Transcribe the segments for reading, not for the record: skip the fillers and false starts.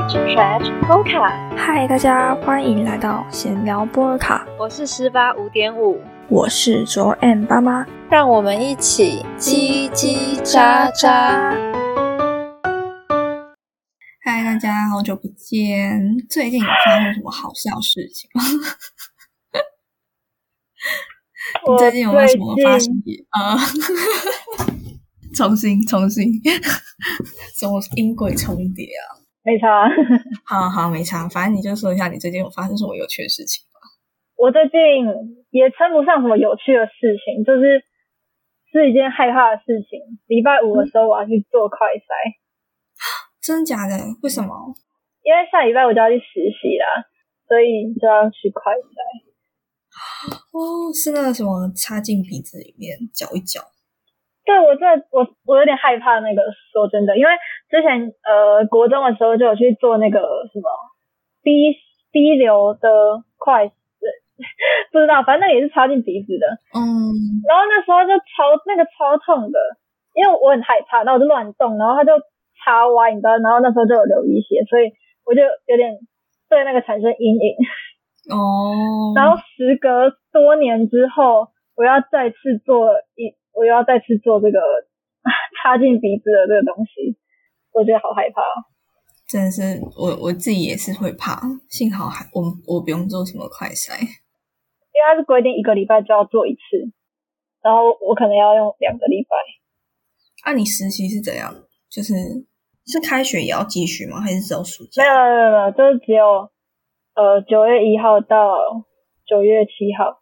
Chat Mocha， 嗨，大家欢迎来到闲聊波尔卡， 我是185.5， 我是卓 M 爸妈， 让我们一起叽叽喳喳。 嗨，大家好久不见，最近有发生什么好笑的事情吗？你最近有没有什么发生重新什么音轨重叠啊？ 没差。 好没差，反正你就说一下你最近有发生什么有趣的事情吧。 我最近也称不上什么有趣的事情，是一件害怕的事情。礼拜五的时候我要去做快筛。 真的假的？为什么？ 因为下礼拜我就要去实习啦，所以就要去快筛。 哦，是那个什么插进鼻子里面搅一搅。 对，我有点害怕那个，说真的，因为之前国中的时候就有去做那个什么逼流的快不知道，反正那也是插进鼻子的。然后那时候就超痛的，因为我很害怕，然后我就乱动，然后他就插歪，你知道，然后那时候就有流鼻血，所以我就有点对那个产生阴影。然后时隔多年之后，我又要再次做这个插进鼻子的这个东西，我觉得好害怕。 真的是我自己也是会怕，幸好我不用做什么快筛，因为它是规定1个礼拜就要做一次，然后我可能要用2个礼拜。 你实习是怎样？就是开学也要继续吗？还是只有暑假？ 没有，就是只有9月1号到9月7号。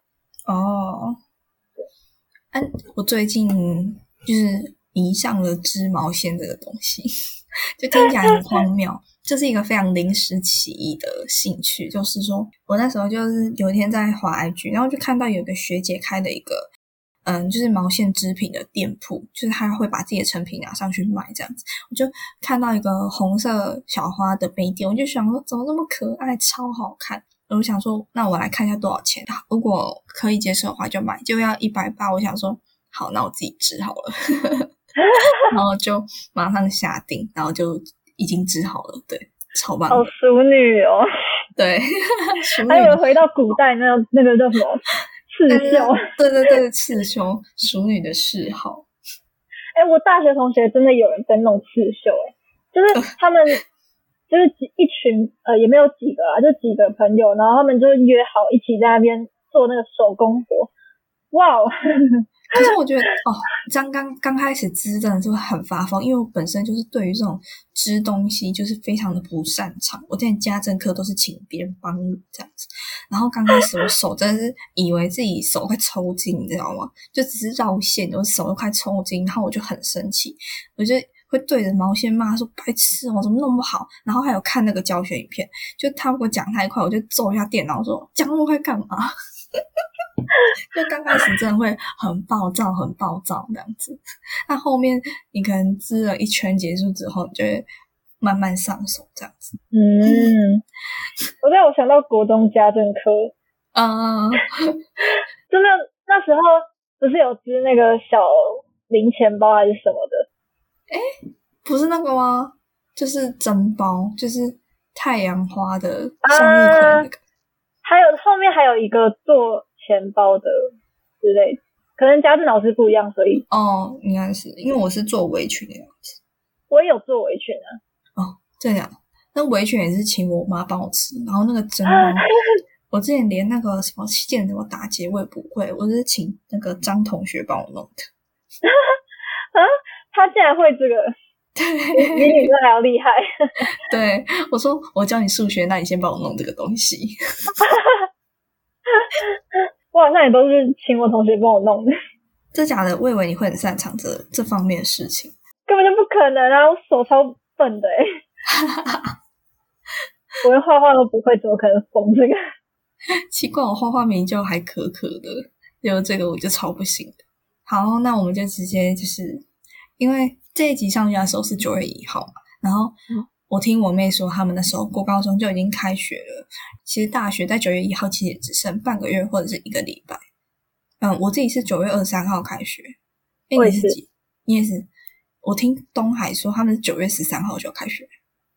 我最近就是迷上了织毛线这个东西，就听起来很荒谬。这是一个非常临时起意的兴趣，就是说我那时候就是有一天在滑 IG， 然后就看到有一个学姐开的一个就是毛线织品的店铺，就是她会把自己的成品拿上去卖这样子。我就看到一个红色小花的杯垫，我就想说怎么这么可爱，超好看。我想说那我来看一下多少钱，如果可以接受的话就买，就要180。我想说好，那我自己织好了然后就马上下定，然后就已经织好了。对，超棒。 好淑女哦。 对还有回到古代那个叫什么刺绣。 对，刺绣，淑女的嗜好。 我大学同学真的有人在弄刺绣，就是他们就是一群也没有几个就几个朋友，然后他们就约好一起在那边做那个手工活。哇哦！ 可是我觉得刚开始织真的是会很发疯，因为我本身就是对于这种织东西就是非常的不擅长。我之前家政课都是请别人帮我这样子，然后刚开始我手真的是以为自己手快抽筋，你知道吗？就只是绕线，我手都快抽筋，然后我就很生气，我就会对着毛线骂说白痴怎么弄不好。然后还有看那个教学影片，就他如果讲太快，我就揍一下电脑说讲那么快干嘛就刚开始真的会很暴躁这样子，那后面你可能织了一圈结束之后，你就会慢慢上手这样子。 我让我想到国中家政课，真的那时候不是有织那个小零钱包还是什么的？ 不是那个吗？就是针包，就是太阳花的向日葵那个。 还有后面还有一个做钱包的之类的，可能家政老师不一样，所以应该是因为我是做围裙的样子。 我也有做围裙啊。 这样，那围裙也是请我妈帮我织，然后那个针包我之前连那个什么线怎么打结我也不会，我是请那个张同学帮我弄的。 他竟然会这个， 对， 比女生还要厉害。 对，我说我教你数学，那你先帮我弄这个东西。 我好像也都是请我同学帮我弄的。 真假的？我以为你会很擅长这方面的事情。 根本就不可能啊，我手超笨的我连画画都不会，怎么可能缝这个？ 奇怪，我画画明明就还可的，就这个我就超不行的。好，那我们就直接就是因为这一集上架的时候是9月1号嘛，然后我听我妹说他们那时候国高中就已经开学了，其实大学在9月1号其实也只剩半个月或者是1个礼拜。我自己是9月23号开学。你是几？你也是？我听东海说他们是9月13号就开学。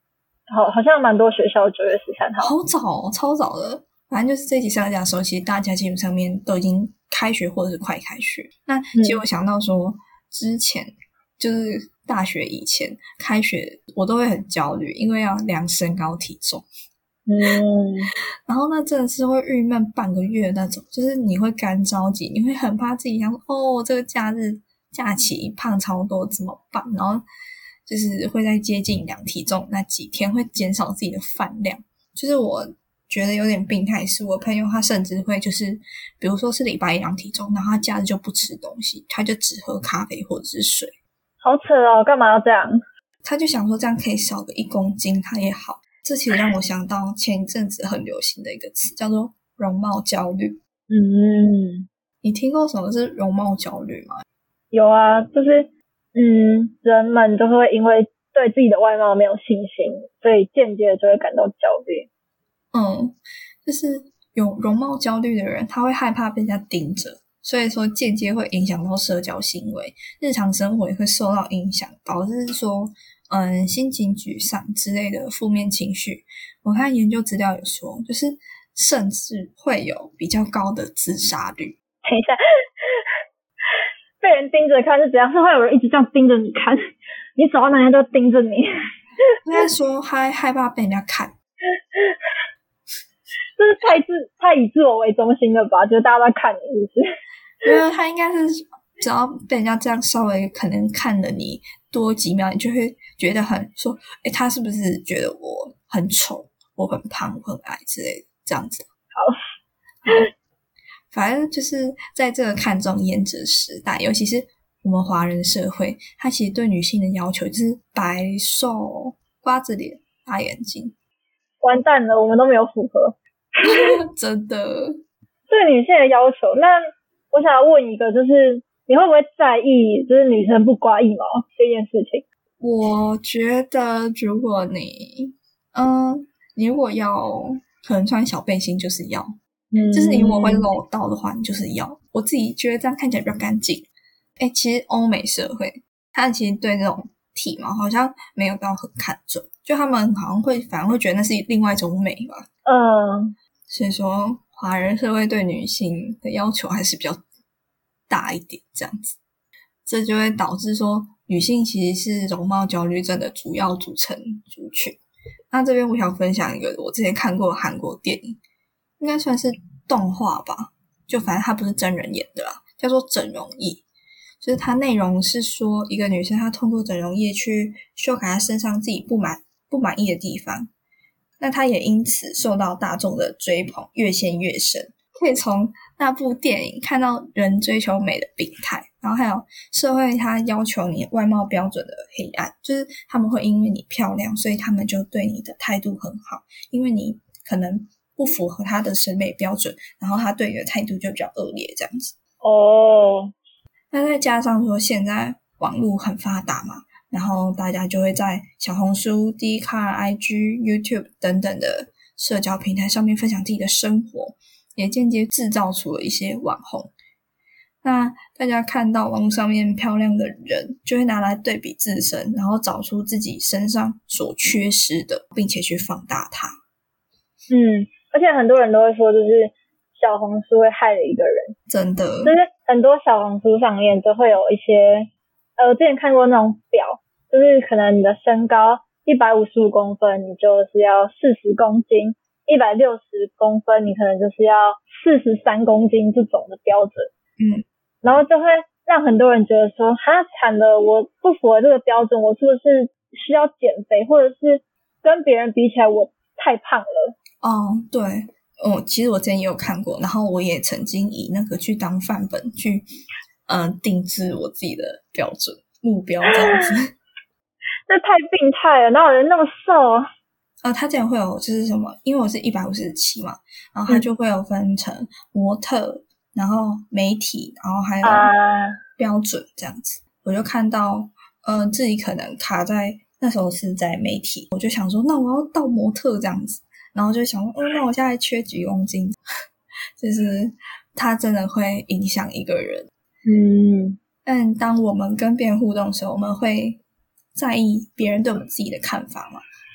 好像蛮多学校9月13号， 好早哦，超早的。反正就是这一集上架的时候，其实大家基本上面都已经开学或者是快开学。那其实我想到说，之前就是大学以前开学，我都会很焦虑，因为要量身高体重。然后那真的是会郁闷半个月那种，就是你会干着急，你会很怕自己想说这个假期胖超多怎么办？然后就是会在接近量体重那几天会减少自己的饭量。就是我觉得有点病态，是我朋友他甚至会就是比如说是礼拜一量体重，然后他假日就不吃东西，他就只喝咖啡或者是水。 好扯哦，干嘛要这样？ 他就想说这样可以少个1公斤他也好。这其实让我想到前一阵子很流行的一个词叫做容貌焦虑。你听过什么是容貌焦虑吗？ 有啊，就是人们都会因为对自己的外貌没有信心，所以间接的就会感到焦虑。 就是有容貌焦虑的人，他会害怕被人家盯着，所以说间接会影响到社交行为，日常生活也会受到影响，导致说心情沮丧之类的负面情绪。我看研究资料有说，就是甚至会有比较高的自杀率。 等一下，被人盯着看是怎样？是会有人一直这样盯着你看，你走到哪里都盯着你。 应该说害怕被人家看。 这是太以自我为中心了吧？就是大家都在看你，是不是？ 因为他应该是只要被人家这样稍微可能看了你多几秒，你就会觉得很说，他是不是觉得我很丑，我很胖，我很矮之类的这样子。好，反正就是在这个看重颜值时代，尤其是我们华人社会，它其实对女性的要求就是白瘦、瓜子脸、大眼睛。 完蛋了，我们都没有符合。 真的。 对女性的要求，那我想要问一个，就是你会不会在意就是女生不刮腋毛这件事情？ 我觉得如果你如果要可能穿小背心就是要，就是你如果会露到的话你就是要，我自己觉得这样看起来比较干净。其实欧美社会他其实对这种体毛好像没有到很看重，就他们好像反而会觉得那是另外一种美吧。所以说华人社会对女性的要求还是比较大一点这样子，这就会导致说女性其实是容貌焦虑症的主要组成族群。那这边我想分享一个我之前看过的韩国电影，应该算是动画吧，就反正它不是真人演的啦，叫做整容液。就是它内容是说一个女生她通过整容液去修改她身上自己不满意的地方，那她也因此受到大众的追捧，越陷越深。可以从那部电影看到人追求美的病态，然后还有社会它要求你外貌标准的黑暗，就是他们会因为你漂亮，所以他们就对你的态度很好，因为你可能不符合他的审美标准，然后他对你的态度就比较恶劣这样子。那再加上说现在网络很发达嘛，然后大家就会在小红书、Dcard、IG、YouTube 等等的社交平台上面分享自己的生活，也间接制造出了一些网红。那大家看到网络上面漂亮的人，就会拿来对比自身，然后找出自己身上所缺失的，并且去放大它。 而且很多人都会说，就是小红书会害了一个人。真的，就是很多小红书上面都会有一些，我之前看过那种表，就是可能你的身高155公分，你就是要40公斤；160公分，你可能就是要43公斤这种的标准。然后就会让很多人觉得说，惨了，我不符合这个标准，我是不是需要减肥，或者是跟别人比起来我太胖了。 对，其实我之前也有看过，然后我也曾经以那个去当范本去定制我自己的标准目标这样子。 这太病态了，哪有人那么瘦？ 他这样会有就是什么，因为我是157嘛，然后他就会有分成模特，然后媒体，然后还有标准这样子。我就看到自己可能卡在那时候是在媒体，我就想说那我要到模特这样子，然后就想说那我现在缺几公斤。就是它真的会影响一个人。但当我们跟别人互动的时候，我们会在意别人对我们自己的看法嘛，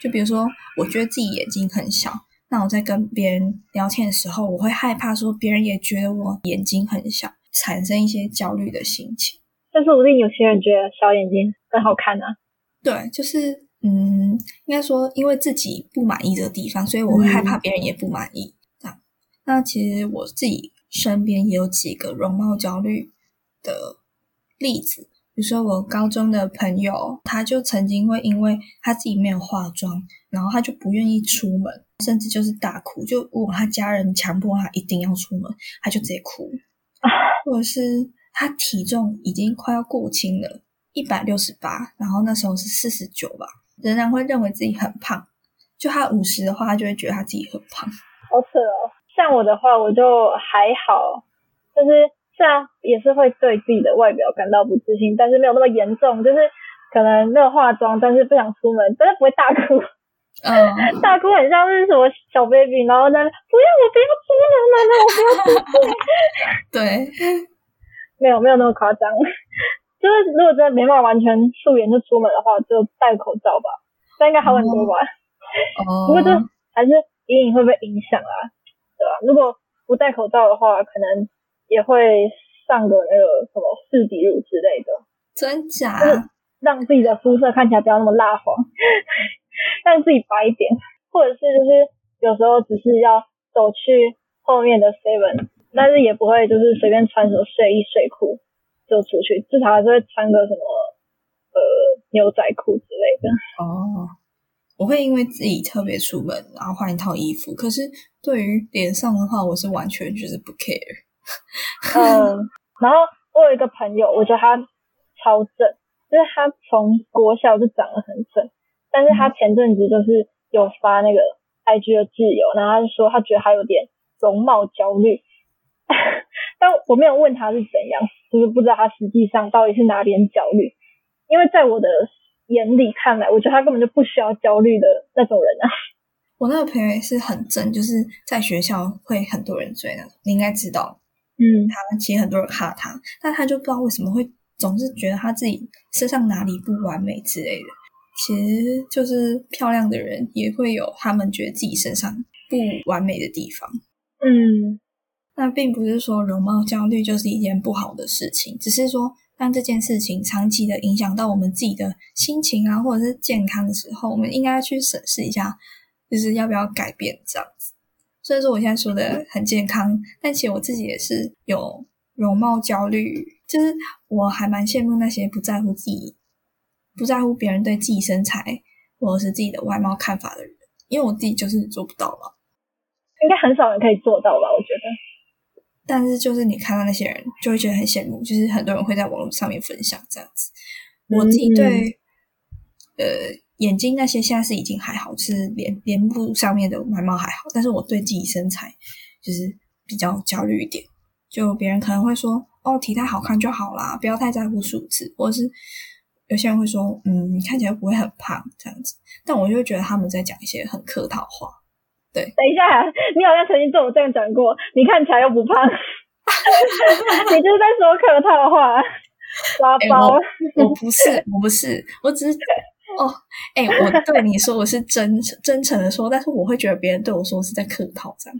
就比如说我觉得自己眼睛很小，那我在跟别人聊天的时候，我会害怕说别人也觉得我眼睛很小，产生一些焦虑的心情。 但是说不定有些人觉得小眼睛很好看啊。 对，就是应该说因为自己不满意这个地方，所以我会害怕别人也不满意。这样，那其实我自己身边也有几个容貌焦虑的例子。比如说我高中的朋友，他就曾经会因为他自己没有化妆，然后他就不愿意出门，甚至就是大哭，就如果他家人强迫他一定要出门，他就直接哭。或者是他体重已经快要过轻了，168，然后那时候是49吧，仍然会认为自己很胖。就他50的话，他就会觉得他自己很胖。 好扯哦。像我的话，我就还好，就是虽然也是会对自己的外表感到不自信，但是没有那么严重，就是可能没有化妆，但是不想出门，但是不会大哭。大哭很像是什么小 baby， 然后在不要，我不要出门了，我不要出门。 对， 没有那么夸张。就是如果真的没办法完全素颜就出门的话，就戴口罩吧，这应该好很多吧。不过这还是隐隐会被影响啊，对吧？如果不戴口罩的话，可能也会上个那个什么四级乳之类的。 真假？ 就是让自己的肤色看起来不要那么蜡黄，让自己白一点，或者是就是有时候只是要走去后面的 7， 但是也不会就是随便穿什么睡衣睡裤就出去，至少还是会穿个什么牛仔裤之类的。 我会因为自己特别出门，然后换一套衣服。可是对于脸上的话，我是完全就是不 care。 然后我有一个朋友，我觉得他超正，就是他从国小就长得很正，但是他前阵子就是有发那个 IG 的自由，然后他就说他觉得他有点容貌焦虑，但我没有问他是怎样，就是不知道他实际上到底是哪点焦虑，因为在我的眼里看来，我觉得他根本就不需要焦虑的那种人啊。 我那个朋友也是很正，就是在学校会很多人追那种，你应该知道。他其实很多人哈他，但他就不知道为什么会总是觉得他自己身上哪里不完美之类的。其实就是漂亮的人也会有他们觉得自己身上不完美的地方。那并不是说容貌焦虑就是一件不好的事情，只是说当这件事情长期的影响到我们自己的心情啊，或者是健康的时候，我们应该去审视一下，就是要不要改变这样子。虽然说我现在说的很健康，但其实我自己也是有容貌焦虑，就是我还蛮羡慕那些不在乎别人对自己身材或者是自己的外貌看法的人，因为我自己就是做不到嘛。 应该很少人可以做到吧，我觉得。 但是就是你看到那些人就会觉得很羡慕，就是很多人会在网络上面分享这样子。我自己对眼睛那些现在是已经还好，就是脸部上面的外貌还好，但是我对自己身材就是比较焦虑一点。就别人可能会说体态好看就好啦，不要太在乎数字，或者是有些人会说你看起来不会很胖这样子，但我就会觉得他们在讲一些很客套话。对， 等一下，你好像曾经对我这样讲过，你看起来又不胖。你就是在说客套话，拉包。 我不是，我只是我对你说我是真诚的说，但是我会觉得别人对我说是在客套这样。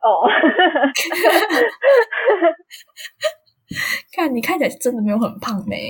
看你看起来真的没有很胖咩。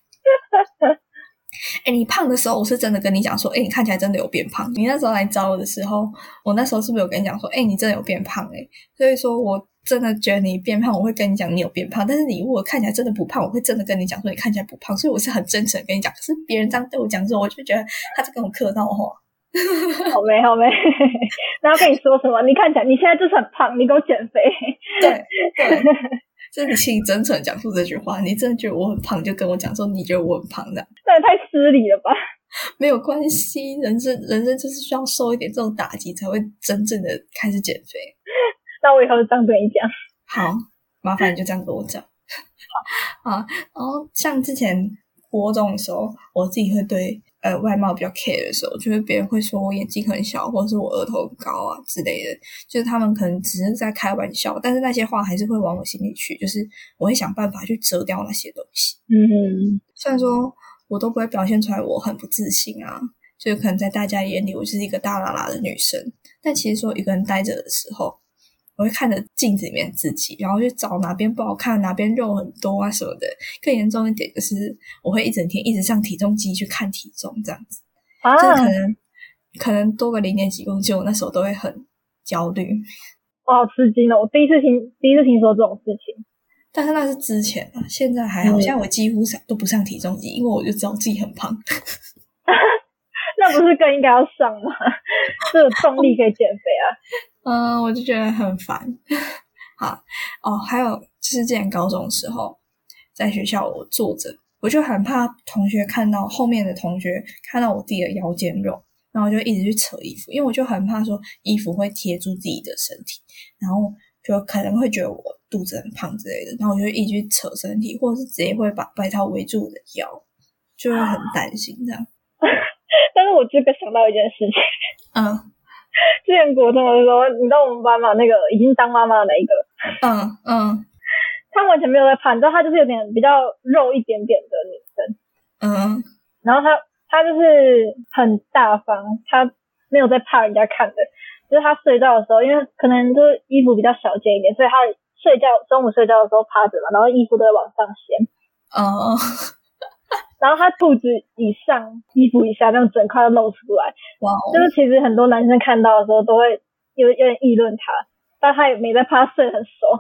你胖的时候我是真的跟你讲说你看起来真的有变胖。你那时候来找我的时候，我那时候是不是有跟你讲说你真的有变胖所以说我真的觉得你变胖，我会跟你讲你有变胖，但是你如果看起来真的不胖，我会真的跟你讲说你看起来不胖，所以我是很真诚的跟你讲。可是别人这样对我讲的时候，我就觉得他在跟我客套话。 好没然后跟你说什么，你看起来你现在就是很胖，你给我减肥。 对就是你心里真诚讲出这句话，你真的觉得我很胖，就跟我讲说你觉得我很胖这样， 这也太失礼了吧。 没有关系，人生就是需要受一点这种打击才会真正的开始减肥。 那我以后就这样对你讲。 好，麻烦你就这样跟我讲。好，然后像之前国中的时候，我自己会对外貌比较 care 的时候，就是别人会说我眼睛很小，或者是我额头很高啊之类的，就是他们可能只是在开玩笑，但是那些话还是会往我心里去，就是我会想办法去遮掉那些东西。虽然说我都不会表现出来我很不自信啊， 就可能在大家眼里我就是一个大喇喇的女生，但其实说一个人待着的时候，我会看着镜子里面自己，然后去找哪边不好看，哪边肉很多啊什么的。更严重一点就是我会一整天一直上体重机去看体重，这样子，就是可能多个0点几公斤，我那时候都会很焦虑。 我好吃惊哦！我第一次听说这种事情。 但是那是之前啊，现在还好，现在我几乎都不上体重机，因为我就知道自己很胖。 那不是更应该要上吗？这有动力可以减肥啊。我就觉得很烦。好哦，还有就是之前高中的时候，在学校我坐着，我就很怕同学看到后面的同学看到我自己的腰间肉，然后我就一直去扯衣服，因为我就很怕说衣服会贴住自己的身体，然后就可能会觉得我肚子很胖之类的，然后我就一直去扯身体，或者是直接会把外套围住我的腰，就会很担心这样。 但是我这个想到一件事情，之前国中的时候，你知道我们班嘛，那个已经当妈妈的那一个，她完全没有在怕，你知道她就是有点比较肉一点点的女生，然后她就是很大方，她没有在怕人家看的，就是她睡觉的时候，因为可能就是衣服比较小件一点，所以她中午睡觉的时候趴着嘛，然后衣服都会往上掀，然后她肚子以上衣服以下这样整块都露出来，就是其实很多男生看到的时候都会有点议论她，但她也没在怕，睡很熟。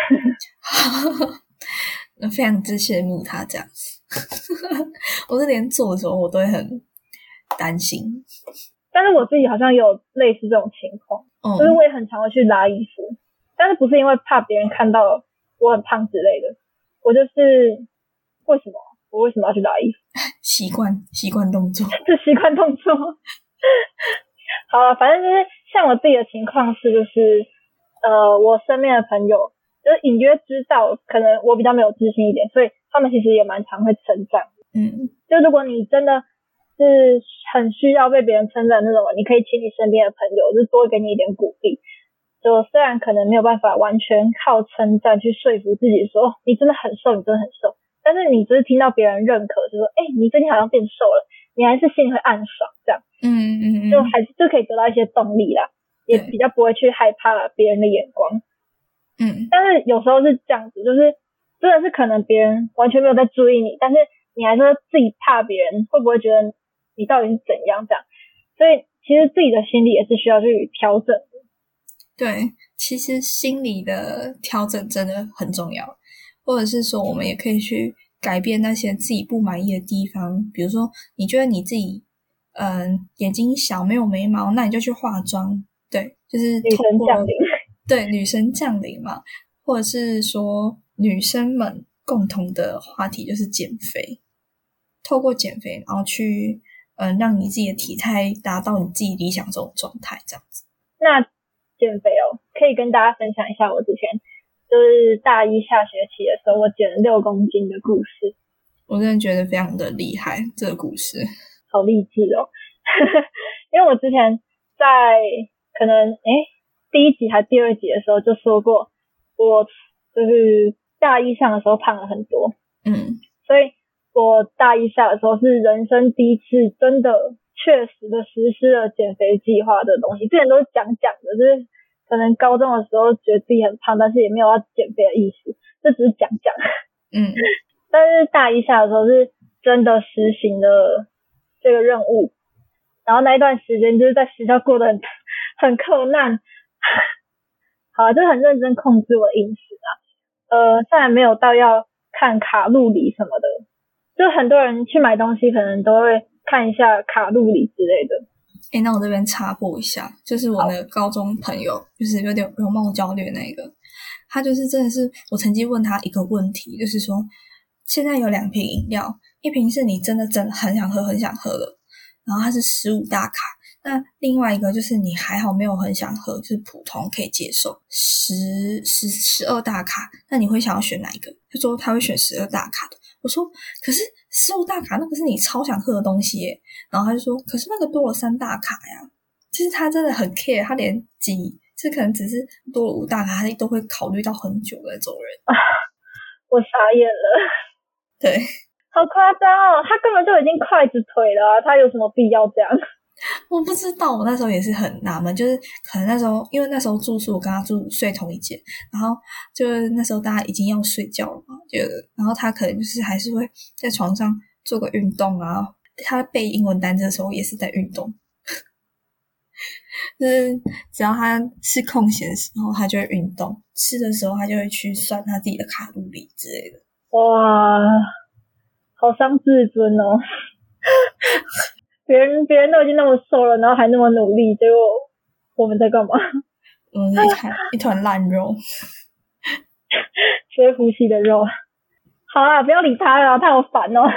非常之羡慕她这样子。我是连做的时候我都会很担心。 但是我自己好像有类似这种情况，就是我也很常会去拉衣服，但是不是因为怕别人看到我很胖之类的，我就是我为什么要去拉衣服？习惯动作， 这习惯动作。好了，反正就是像我自己的情况是，就是我身边的朋友就是隐约知道，可能我比较没有自信一点，所以他们其实也蛮常会称赞。就如果你真的是很需要被别人称赞那种，你可以请你身边的朋友就多给你一点鼓励。就虽然可能没有办法完全靠称赞去说服自己说你真的很瘦，你真的很瘦，但是你只是听到别人认可，就说你最近好像变瘦了，你还是心里会暗爽这样。就还是就可以得到一些动力啦，也比较不会去害怕别人的眼光。但是有时候是这样子，就是真的是可能别人完全没有在注意你，但是你还是会自己怕别人会不会觉得你到底是怎样这样，所以其实自己的心理也是需要去调整的。 对，其实心理的调整真的很重要，或者是说我们也可以去改变那些自己不满意的地方，比如说你觉得你自己眼睛小没有眉毛，那你就去化妆，对，就是女神降临， 对，女神降临嘛，或者是说女生们共同的话题就是减肥，透过减肥然后去让你自己的体态达到你自己理想中的状态这样子。 那减肥可以跟大家分享一下我之前就是大一下学期的时候我减了6公斤的故事。 我真的觉得非常的厉害，这个故事好励志因为我之前在可能第1集还第2集的时候就说过，我就是大一上的时候胖了很多，所以我大一下的时候是人生第一次真的确实的实施了减肥计划的东西，之前都是讲的，就是可能高中的时候觉得自己很胖，但是也没有要减肥的意思，就只是讲但是大一下的时候是真的实行了这个任务，然后那一段时间就是在学校过得很克难好，就很认真控制我的饮食虽然没有到要看卡路里什么的，就很多人去买东西可能都会看一下卡路里之类的。 那我这边插播一下，就是我的高中朋友，就是有点容貌焦虑那个，他就是真的是我曾经问他一个问题，就是说现在有2瓶饮料，一瓶是你真的很想喝的，然后它是15大卡，那另外一个就是你还好没有很想喝，就是普通可以接受12大卡，那你会想要选哪一个？他说他会选12大卡的。我说可是15大卡那个是你超想喝的东西耶，然后他就说可是那个多了3大卡呀，就是他真的很 care， 他连这可能只是多了5大卡他都会考虑到很久的那种人我傻眼了。 对， 好夸张哦！他根本就已经筷子腿了啊，他有什么必要这样？ 我不知道，我那时候也是很纳闷，就是可能那时候因为那时候住宿我跟他住睡同一间，然后就是那时候大家已经要睡觉了嘛，然后他可能就是还是会在床上做个运动啊，他背英文单词的时候也是在运动，就是只要他是空闲的时候他就会运动，吃的时候他就会去算他自己的卡路里之类的。 哇，好伤自尊哦！别人都已经那么瘦了，然后还那么努力，结果我们在干嘛？ 我们是一团烂肉， 学呼吸的肉。好啦，不要理他了，他好烦哦。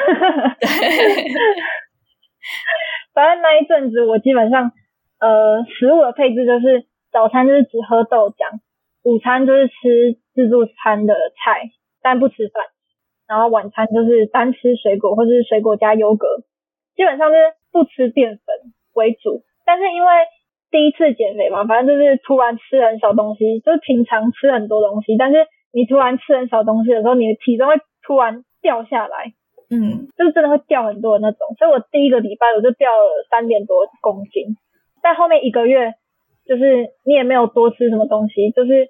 反正那一阵子我基本上食物的配置就是早餐就是只喝豆浆，午餐就是吃自助餐的菜但不吃饭，然后晚餐就是单吃水果或是水果加优格，基本上是不吃淀粉为主。但是因为第一次减肥嘛，反正就是突然吃很少东西，就是平常吃很多东西，但是你突然吃很少东西的时候，你的体重会突然掉下来，就是真的会掉很多的那种。所以我第一个礼拜我就掉了3点多公斤，但后面1个月就是你也没有多吃什么东西，就是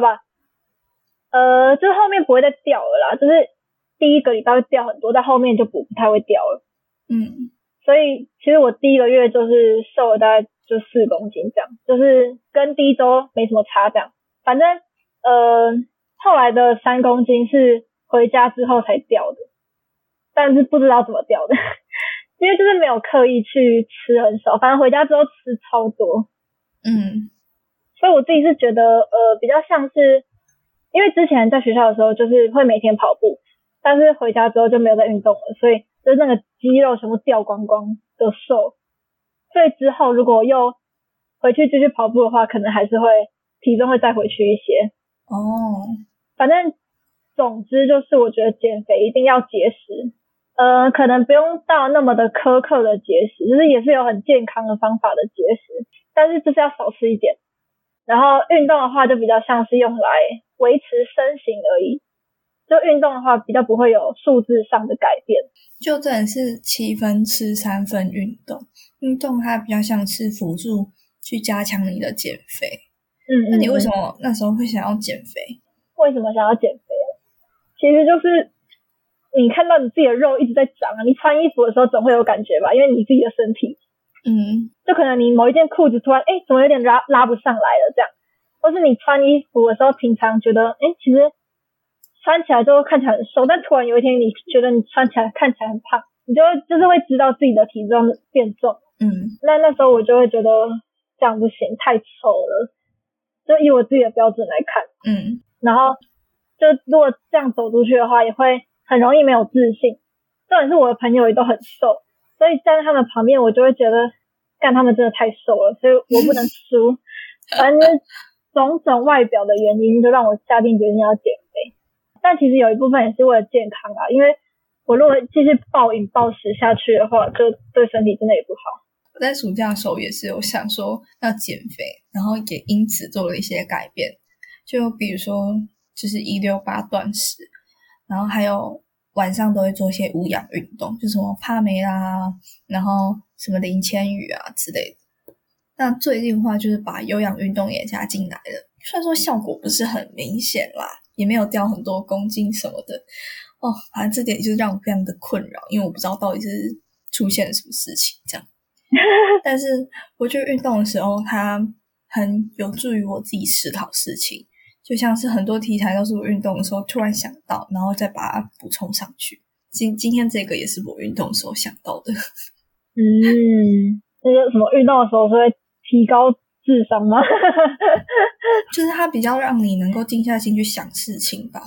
就是后面不会再掉了啦，就是第一个礼拜会掉很多，但后面就不太会掉了。所以其实我第一个月就是瘦了大概就4公斤这样，就是跟第一周没什么差这样。反正后来的3公斤是回家之后才掉的，但是不知道怎么掉的，因为就是没有刻意去吃很少，反正回家之后吃超多。所以我自己是觉得比较像是，因为之前在学校的时候就是会每天跑步，但是回家之后就没有再运动了，所以就是那个肌肉全部掉光光的瘦。所以之后如果又回去继续跑步的话，可能还是会体重会再回去一些。反正总之就是我觉得减肥一定要节食，可能不用到那么的苛刻的节食，就是也是有很健康的方法的节食，但是就是要少吃一点。然后运动的话就比较像是用来维持身形而已，就运动的话比较不会有数字上的改变， 就真的是7分吃3分运动，运动它比较像是辅助去加强你的减肥。那你为什么那时候会想要减肥？ 为什么想要减肥啊？其实就是你看到你自己的肉一直在长啊，你穿衣服的时候总会有感觉吧，因为你自己的身体就可能你某一件裤子突然怎么有点拉不上来了这样，或是你穿衣服的时候平常觉得其实穿起来就看起来很瘦，但突然有一天你觉得你穿起来看起来很胖，你就是会知道自己的体重变重。那时候我就会觉得这样不行，太丑了，就以我自己的标准来看。然后就如果这样走出去的话也会很容易没有自信，重点是我的朋友也都很瘦，所以站在他们旁边我就会觉得干他们真的太瘦了，所以我不能输。反正种种外表的原因就让我下定决心要减肥，但其实有一部分也是为了健康啊，因为我如果继续暴饮暴食下去的话，就对身体真的也不好。 我在暑假的时候也是有想说要减肥，然后也因此做了一些改变，就比如说就是168断食，然后还有晚上都会做一些无氧运动，就什么帕梅拉，然后什么林千羽啊之类的。那最近的话就是把有氧运动也加进来了，虽然说效果不是很明显啦，也没有掉很多公斤什么的反正这点就是让我非常的困扰，因为我不知道到底是出现了什么事情这样。但是我觉得运动的时候它很有助于我自己思考事情，就像是很多题材都是我运动的时候突然想到，然后再把它补充上去。今天这个也是我运动的时候想到的。 那个什么运动的时候是会提高智商吗？ 就是它比较让你能够静下心去想事情吧。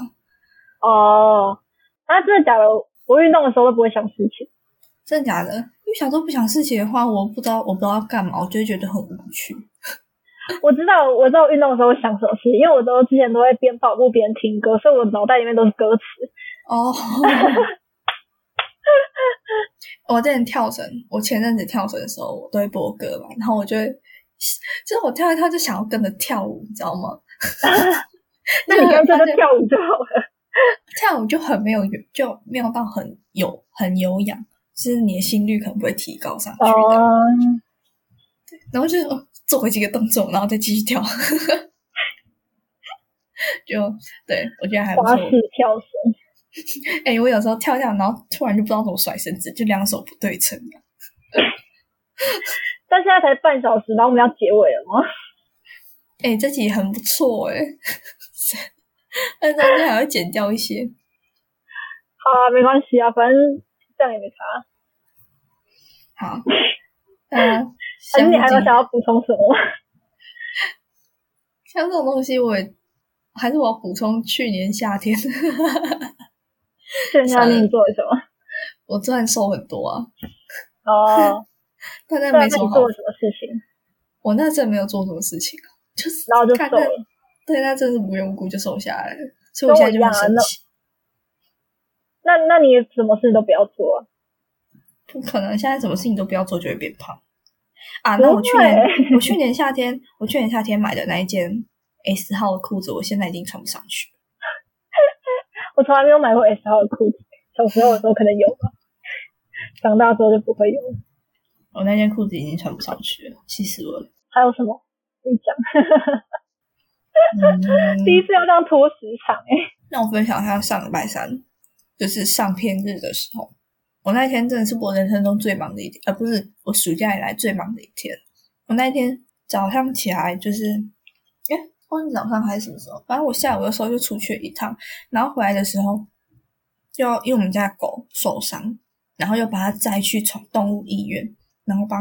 真的假的？我运动的时候都不会想事情。 真的假的？因为小时候不想事情的话，我不知道要干嘛，我就会觉得很无趣。 我知道运动的时候想什么事，因为我之前都会边跑步边听歌，所以我脑袋里面都是歌词。 我之前跳绳，我前阵子跳绳的时候我都会播歌嘛，然后我就会就是我跳一跳就想要跟着跳舞，你知道吗？ 那你干脆就跳舞就好了。 跳舞就没有到很有氧，就是你的心率可能不会提高上去的。对，然后就做回几个动作，然后再继续跳。就对我觉得还不错。 花式跳绳。 我有时候跳，然后突然就不知道怎么甩绳子，就两手不对称。 但现在才半小时，然后我们要结尾了吗？ 这集很不错但中间还会剪掉一些。 好啊，没关系啊，反正这样也没差。 好， 还是你还有想要补充什么吗？ 像这种东西，我要补充去年夏天。去年夏天你做了什么？ 我突然瘦很多啊。 但那没什么好。 你做了什么事情？ 我那阵没有做什么事情，就是然后就瘦了。 对，那真是无缘无故就瘦下来了，所以我现在就很生气。 那你什么事都不要做啊？ 不可能，现在什么事情都不要做就会变胖啊！那我去年夏天买的那一件 S 号的裤子，我现在已经穿不上去了。 我从来没有买过 S 号的裤子，小时候的时候可能有吧，长大之后就不会有了。 我那件裤子已经穿不上去了，气死我了。 还有什么？你讲。第一次要这样拖时长那我分享一下上礼拜三，就是上片日的时候，我那天真的是我人生中最忙的一天，不是我暑假以来最忙的一天。我那天早上起来就是忘记早上还是什么时候，反正我下午的时候就出去了一趟，然后回来的时候就因为我们家的狗受伤，然后又把它载去动物医院，然后帮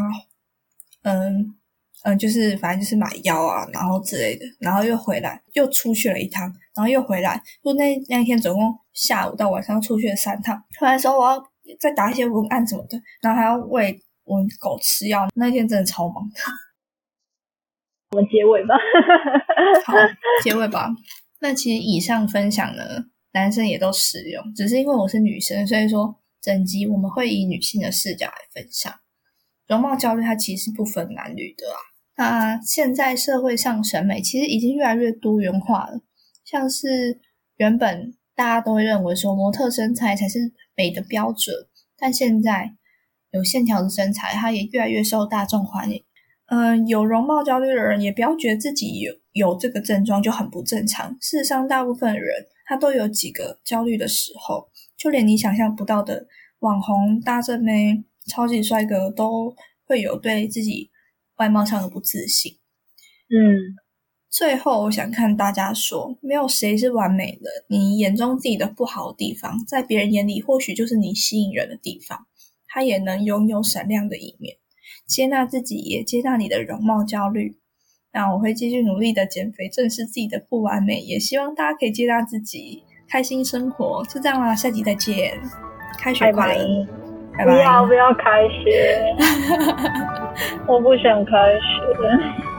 它就是反正就是买药啊，然后之类的，然后又回来，又出去了一趟，然后又回来，就那一天总共下午到晚上出去了3趟。回来的时候我要再打一些文案什么的，然后还要喂我狗吃药，那一天真的超忙的。 我们结尾吧。 好，结尾吧。那其实以上分享呢，男生也都适用，只是因为我是女生，所以说整集我们会以女性的视角来分享。容貌焦虑它其实不分男女的啊。那现在社会上审美其实已经越来越多元化了，像是原本大家都会认为说模特身材才是美的标准，但现在有线条的身材它也越来越受大众欢迎。有容貌焦虑的人也不要觉得自己有这个症状就很不正常，事实上大部分人他都有几个焦虑的时候，就连你想象不到的网红、大正妹、超级帅哥都会有对自己外貌上的不自信。最后我想看大家说，没有谁是完美的，你眼中自己的不好的地方，在别人眼里或许就是你吸引人的地方，他也能拥有闪亮的一面。接纳自己，也接纳你的容貌焦虑。那我会继续努力的减肥，正视自己的不完美，也希望大家可以接纳自己，开心生活。就这样啦，下集再见，开学快乐，拜拜。 不要开学。我不想开学。